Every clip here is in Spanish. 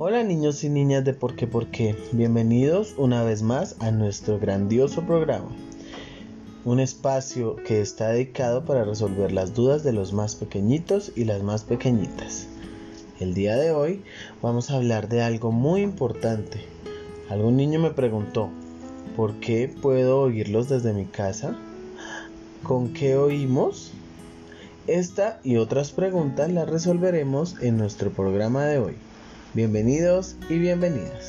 Hola niños y niñas de Por qué. Bienvenidos una vez más a nuestro grandioso programa. Un espacio que está dedicado para resolver las dudas de los más pequeñitos y las más pequeñitas. El día de hoy vamos a hablar de algo muy importante. Algún niño me preguntó, ¿por qué puedo oírlos desde mi casa? ¿Con qué oímos? Esta y otras preguntas las resolveremos en nuestro programa de hoy. Bienvenidos y bienvenidas.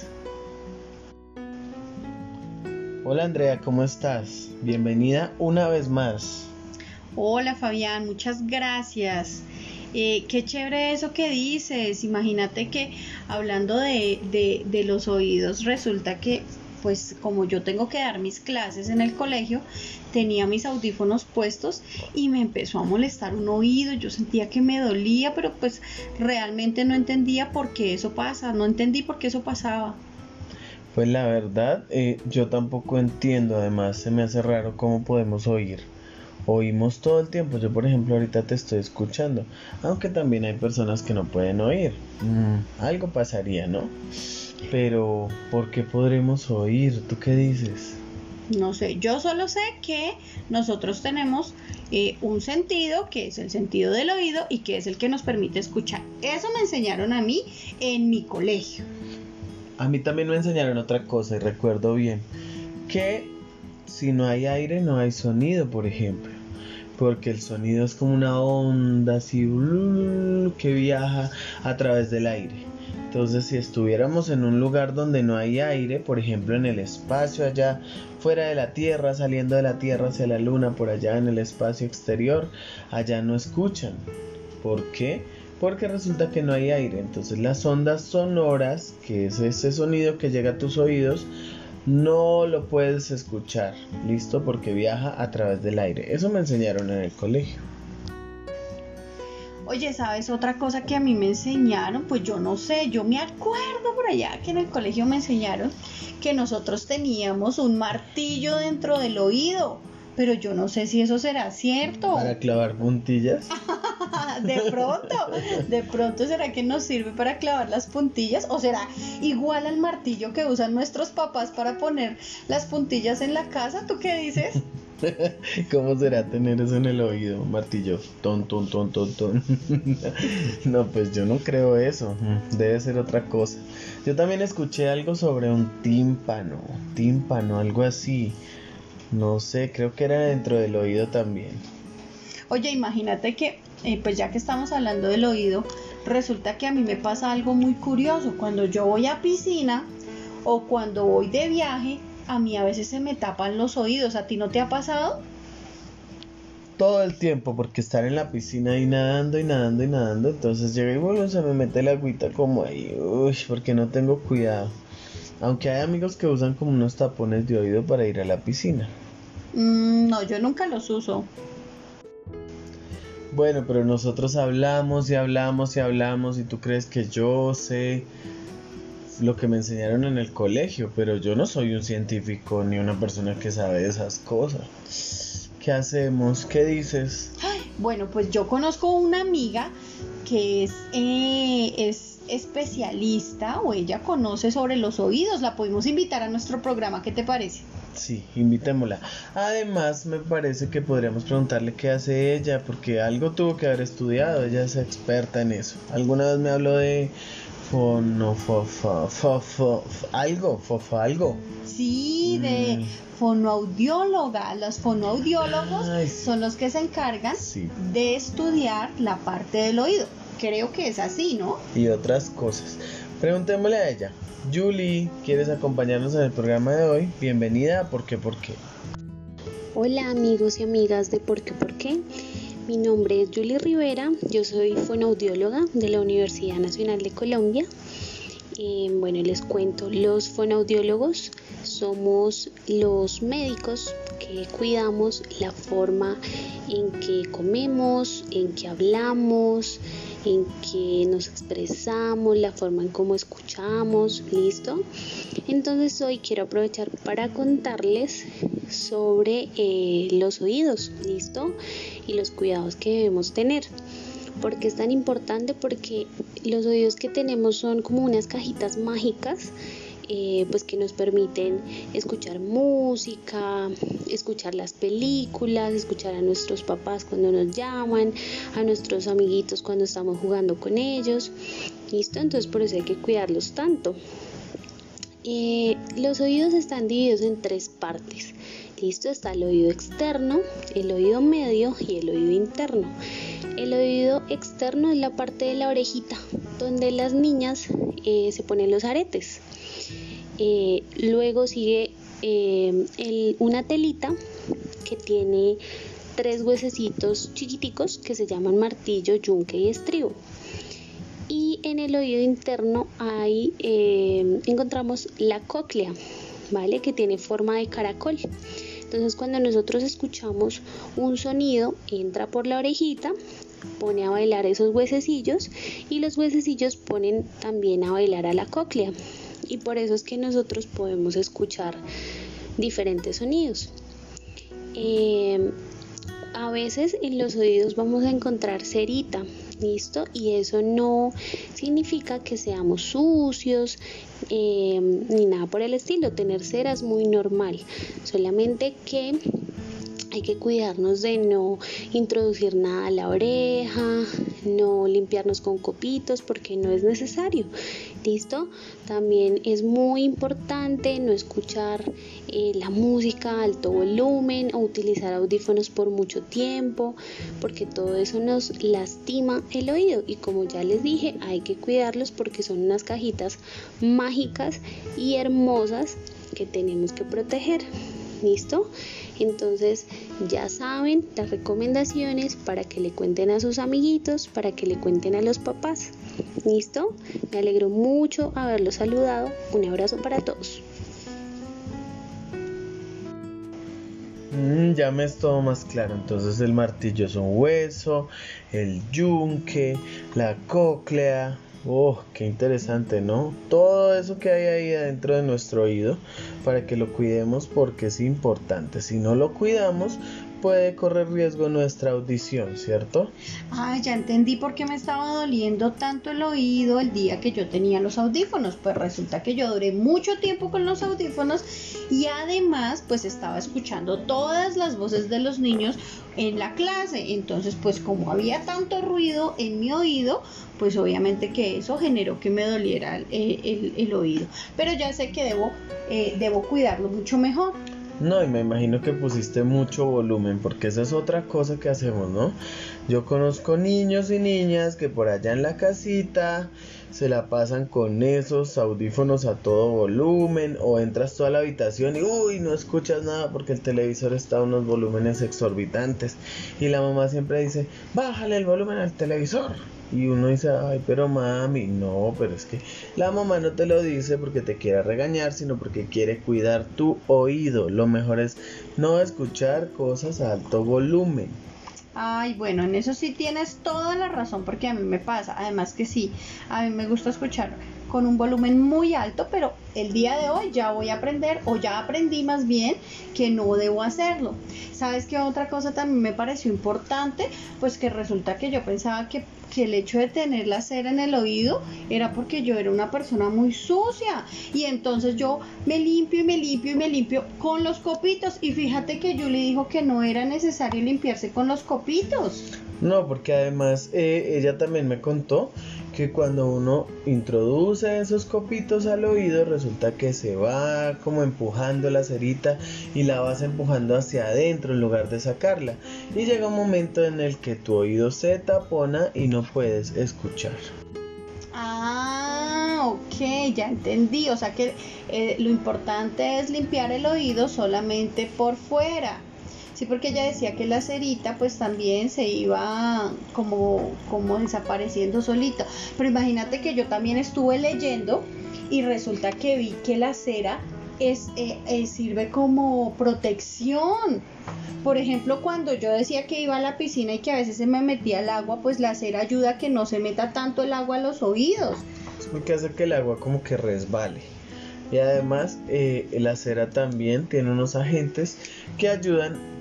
Hola Andrea, ¿cómo estás? Bienvenida una vez más. Hola Fabián, muchas gracias. Qué chévere eso que dices. Imagínate que hablando de los oídos, resulta que pues como yo tengo que dar mis clases en el colegio, tenía mis audífonos puestos y me empezó a molestar un oído. Yo sentía que me dolía, pero pues realmente no entendía por qué eso pasa. No entendí por qué eso pasaba. Pues la verdad, yo tampoco entiendo. Además, se me hace raro cómo podemos oír. Oímos todo el tiempo. Yo, por ejemplo, ahorita te estoy escuchando, aunque también hay personas que no pueden oír. Algo pasaría, ¿no? Pero, ¿por qué podremos oír? ¿Tú qué dices? No sé, yo solo sé que nosotros tenemos un sentido que es el sentido del oído y que es el que nos permite escuchar. Eso me enseñaron a mí en mi colegio. A mí también me enseñaron otra cosa y recuerdo bien que si no hay aire no hay sonido, por ejemplo, porque el sonido es como una onda así que viaja a través del aire. Entonces, si estuviéramos en un lugar donde no hay aire, por ejemplo en el espacio allá fuera de la Tierra, saliendo de la Tierra hacia la Luna, por allá en el espacio exterior, allá no escuchan. ¿Por qué? Porque resulta que no hay aire. Entonces las ondas sonoras, que es ese sonido que llega a tus oídos, no lo puedes escuchar, ¿listo? Porque viaja a través del aire. Eso me enseñaron en el colegio. Oye, ¿sabes otra cosa que a mí me enseñaron? Pues yo no sé, yo me acuerdo por allá que en el colegio me enseñaron que nosotros teníamos un martillo dentro del oído, pero yo no sé si eso será cierto. ¿Para clavar puntillas? De pronto será que nos sirve para clavar las puntillas o será igual al martillo que usan nuestros papás para poner las puntillas en la casa. ¿Tú qué dices? ¿Cómo será tener eso en el oído? Martillo, ton, ton, ton, ton, ton. No, pues yo no creo eso. Debe ser otra cosa. Yo también escuché algo sobre un tímpano, algo así. No sé, creo que era dentro del oído también. Oye, imagínate que, pues ya que estamos hablando del oído, resulta que a mí me pasa algo muy curioso. Cuando yo voy a piscina o cuando voy de viaje, a mí a veces se me tapan los oídos. ¿A ti no te ha pasado? Todo el tiempo, porque estar en la piscina ahí nadando, entonces llega y bueno, se me mete la agüita como ahí, porque no tengo cuidado. Aunque hay amigos que usan como unos tapones de oído para ir a la piscina. No, yo nunca los uso. Bueno, pero nosotros hablamos y tú crees que yo sé lo que me enseñaron en el colegio, pero yo no soy un científico ni una persona que sabe de esas cosas. ¿Qué hacemos? ¿Qué dices? Bueno, pues yo conozco una amiga que es especialista o ella conoce sobre los oídos. La podemos invitar a nuestro programa, ¿qué te parece? Sí, invitémosla. Además, me parece que podríamos preguntarle qué hace ella, porque algo tuvo que haber estudiado, ella es experta en eso. Alguna vez me habló de algo. Sí, de fonoaudióloga. Los fonoaudiólogos son los que se encargan de estudiar la parte del oído. Creo que es así, ¿no? Y otras cosas. Preguntémosle a ella. Julie, ¿quieres acompañarnos en el programa de hoy? Bienvenida a ¿Por qué? Hola amigos y amigas de ¿Por qué? Mi nombre es Julie Rivera, yo soy fonoaudióloga de la Universidad Nacional de Colombia. Bueno, les cuento, los fonoaudiólogos somos los médicos que cuidamos la forma en que comemos, en que hablamos, en que nos expresamos, la forma en cómo escuchamos, ¿listo? Entonces hoy quiero aprovechar para contarles sobre los oídos, ¿listo? Y los cuidados que debemos tener. ¿Por qué es tan importante? Porque los oídos que tenemos son como unas cajitas mágicas, pues que nos permiten escuchar música, escuchar las películas, escuchar a nuestros papás cuando nos llaman, a nuestros amiguitos cuando estamos jugando con ellos. ¿Listo? Entonces por eso hay que cuidarlos tanto. Los oídos están divididos en 3 partes. ¿Listo? Está el oído externo, el oído medio y el oído interno. El oído externo es la parte de la orejita, donde las niñas se ponen los aretes. Luego sigue una telita que tiene 3 huesecitos chiquiticos que se llaman martillo, yunque y estribo. Y en el oído interno ahí encontramos la cóclea, ¿vale? Que tiene forma de caracol. Entonces cuando nosotros escuchamos un sonido, entra por la orejita, pone a bailar esos huesecillos y los huesecillos ponen también a bailar a la cóclea. Y por eso es que nosotros podemos escuchar diferentes sonidos. A veces en los oídos vamos a encontrar cerita, ¿listo? Y eso no significa que seamos sucios ni nada por el estilo. Tener cera es muy normal, solamente que hay que cuidarnos de no introducir nada a la oreja, no limpiarnos con copitos porque no es necesario. ¿Listo? También es muy importante no escuchar la música a alto volumen o utilizar audífonos por mucho tiempo, porque todo eso nos lastima el oído. Y como ya les dije, hay que cuidarlos porque son unas cajitas mágicas y hermosas que tenemos que proteger. ¿Listo? Entonces ya saben las recomendaciones para que le cuenten a sus amiguitos, para que le cuenten a los papás. ¿Listo? Me alegro mucho haberlos saludado. Un abrazo para todos. Ya me es todo más claro. Entonces el martillo es un hueso, el yunque, la cóclea. Oh, qué interesante, ¿no? Todo eso que hay ahí adentro de nuestro oído para que lo cuidemos porque es importante. Si no lo cuidamos, puede correr riesgo nuestra audición, ¿cierto? Ah, ya entendí por qué me estaba doliendo tanto el oído el día que yo tenía los audífonos. Pues resulta que yo duré mucho tiempo con los audífonos y además pues estaba escuchando todas las voces de los niños en la clase. Entonces pues como había tanto ruido en mi oído, pues obviamente que eso generó que me doliera el oído. Pero ya sé que debo cuidarlo mucho mejor. No, y me imagino que pusiste mucho volumen, porque esa es otra cosa que hacemos, ¿no? Yo conozco niños y niñas que por allá en la casita se la pasan con esos audífonos a todo volumen, o entras toda la habitación y uy, no escuchas nada porque el televisor está a unos volúmenes exorbitantes y la mamá siempre dice, bájale el volumen al televisor. Y uno dice, ay, pero mami, no, pero es que la mamá no te lo dice porque te quiere regañar, sino porque quiere cuidar tu oído. Lo mejor es no escuchar cosas a alto volumen. Ay, bueno, en eso sí tienes toda la razón, porque a mí me pasa. Además que sí, a mí me gusta escuchar con un volumen muy alto, pero el día de hoy ya voy a aprender, o ya aprendí más bien, que no debo hacerlo. ¿Sabes qué otra cosa también me pareció importante? Pues que resulta que yo pensaba que el hecho de tener la cera en el oído era porque yo era una persona muy sucia, y entonces yo me limpio y me limpio y me limpio con los copitos, y fíjate que Julie dijo que no era necesario limpiarse con los copitos. No, porque además ella también me contó que cuando uno introduce esos copitos al oído, resulta que se va como empujando la cerita y la vas empujando hacia adentro en lugar de sacarla. Y llega un momento en el que tu oído se tapona y no puedes escuchar. Ah, ok, ya entendí. O sea que lo importante es limpiar el oído solamente por fuera. Sí, porque ella decía que la cerita pues también se iba como desapareciendo solito. Pero imagínate que yo también estuve leyendo y resulta que vi que la cera sirve como protección. Por ejemplo, cuando yo decía que iba a la piscina y que a veces se me metía el agua, pues la cera ayuda a que no se meta tanto el agua a los oídos. Es porque hace que el agua como que resbale. Y además la cera también tiene unos agentes que ayudan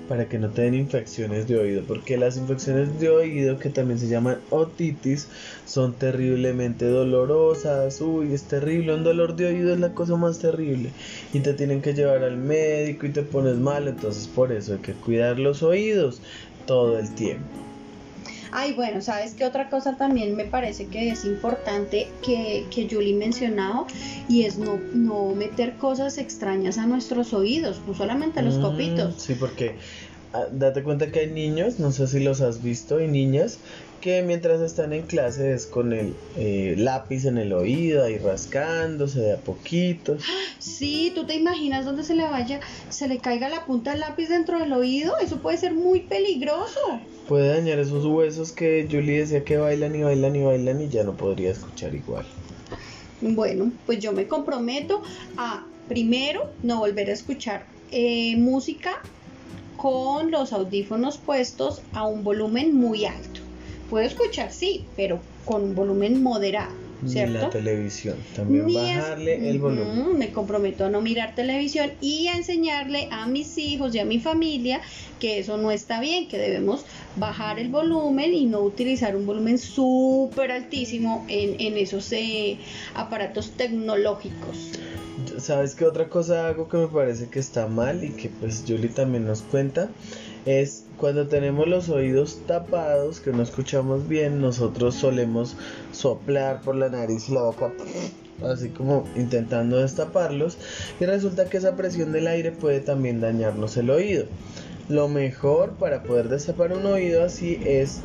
para que no te den infecciones de oído, porque las infecciones de oído, que también se llaman otitis, son terriblemente dolorosas. Uy, es terrible, un dolor de oído es la cosa más terrible y te tienen que llevar al médico y te pones mal. Entonces por eso hay que cuidar los oídos todo el tiempo. Ay, bueno, ¿sabes qué otra cosa también me parece que es importante que Julie mencionaba? Y es no meter cosas extrañas a nuestros oídos, no solamente a los copitos. Sí, porque date cuenta que hay niños, no sé si los has visto, y niñas que mientras están en clase es con el lápiz en el oído, ahí rascándose de a poquitos. Sí, ¿tú te imaginas donde se le caiga la punta del lápiz dentro del oído? Eso puede ser muy peligroso. Puede dañar esos huesos que Julie decía que bailan y bailan y bailan y ya no podría escuchar igual. Bueno, pues yo me comprometo a, primero, no volver a escuchar música con los audífonos puestos a un volumen muy alto. Puedo escuchar, sí, pero con un volumen moderado, ¿cierto? Ni la televisión, también bajarle el volumen. Me comprometo a no mirar televisión y a enseñarle a mis hijos y a mi familia que eso no está bien, que debemos bajar el volumen y no utilizar un volumen súper altísimo en esos aparatos tecnológicos. ¿Sabes qué otra cosa hago que me parece que está mal y que pues Julie también nos cuenta? Es cuando tenemos los oídos tapados, que no escuchamos bien, nosotros solemos soplar por la nariz y la boca, así como intentando destaparlos, y resulta que esa presión del aire puede también dañarnos el oído. Lo mejor para poder destapar un oído así es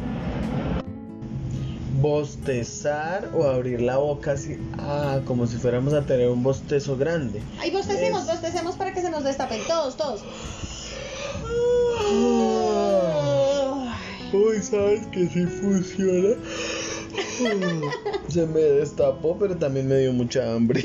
bostezar o abrir la boca así, como si fuéramos a tener un bostezo grande. Ay, bostecemos para que se nos destapen todos. Uy, ¿sabes que sí funciona? Se me destapó, pero también me dio mucha hambre.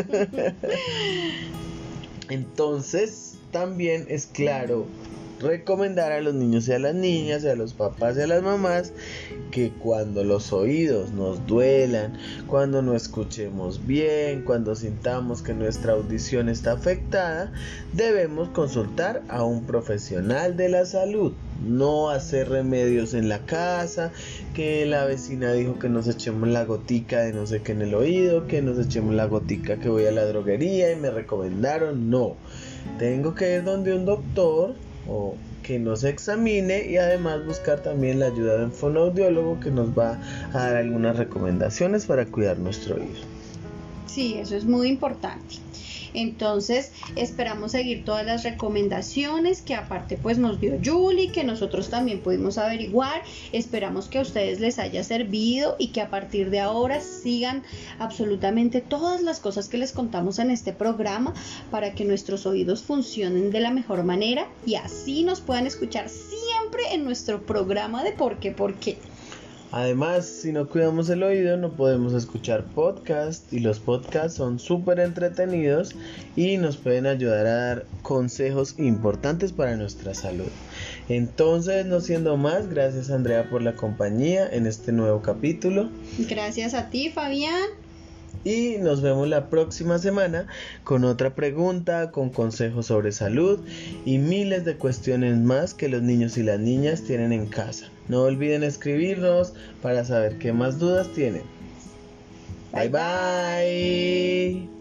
Entonces, también es claro recomendar a los niños y a las niñas, y a los papás y a las mamás, que cuando los oídos nos duelan, cuando no escuchemos bien, cuando sintamos que nuestra audición está afectada, debemos consultar a un profesional de la salud. No hacer remedios en la casa, que la vecina dijo que nos echemos la gotica de no sé qué en el oído, que nos echemos la gotica que voy a la droguería y me recomendaron. No, tengo que ir donde un doctor o que nos examine, y además buscar también la ayuda de un fonoaudiólogo que nos va a dar algunas recomendaciones para cuidar nuestro oído. Sí, eso es muy importante. Entonces esperamos seguir todas las recomendaciones que aparte pues nos dio Julie, que nosotros también pudimos averiguar. Esperamos que a ustedes les haya servido y que a partir de ahora sigan absolutamente todas las cosas que les contamos en este programa para que nuestros oídos funcionen de la mejor manera y así nos puedan escuchar siempre en nuestro programa de ¿Por qué? Además, si no cuidamos el oído, no podemos escuchar podcasts, y los podcasts son súper entretenidos y nos pueden ayudar a dar consejos importantes para nuestra salud. Entonces, no siendo más, gracias Andrea por la compañía en este nuevo capítulo. Gracias a ti, Fabián. Y nos vemos la próxima semana con otra pregunta, con consejos sobre salud y miles de cuestiones más que los niños y las niñas tienen en casa. No olviden escribirnos para saber qué más dudas tienen. Bye bye.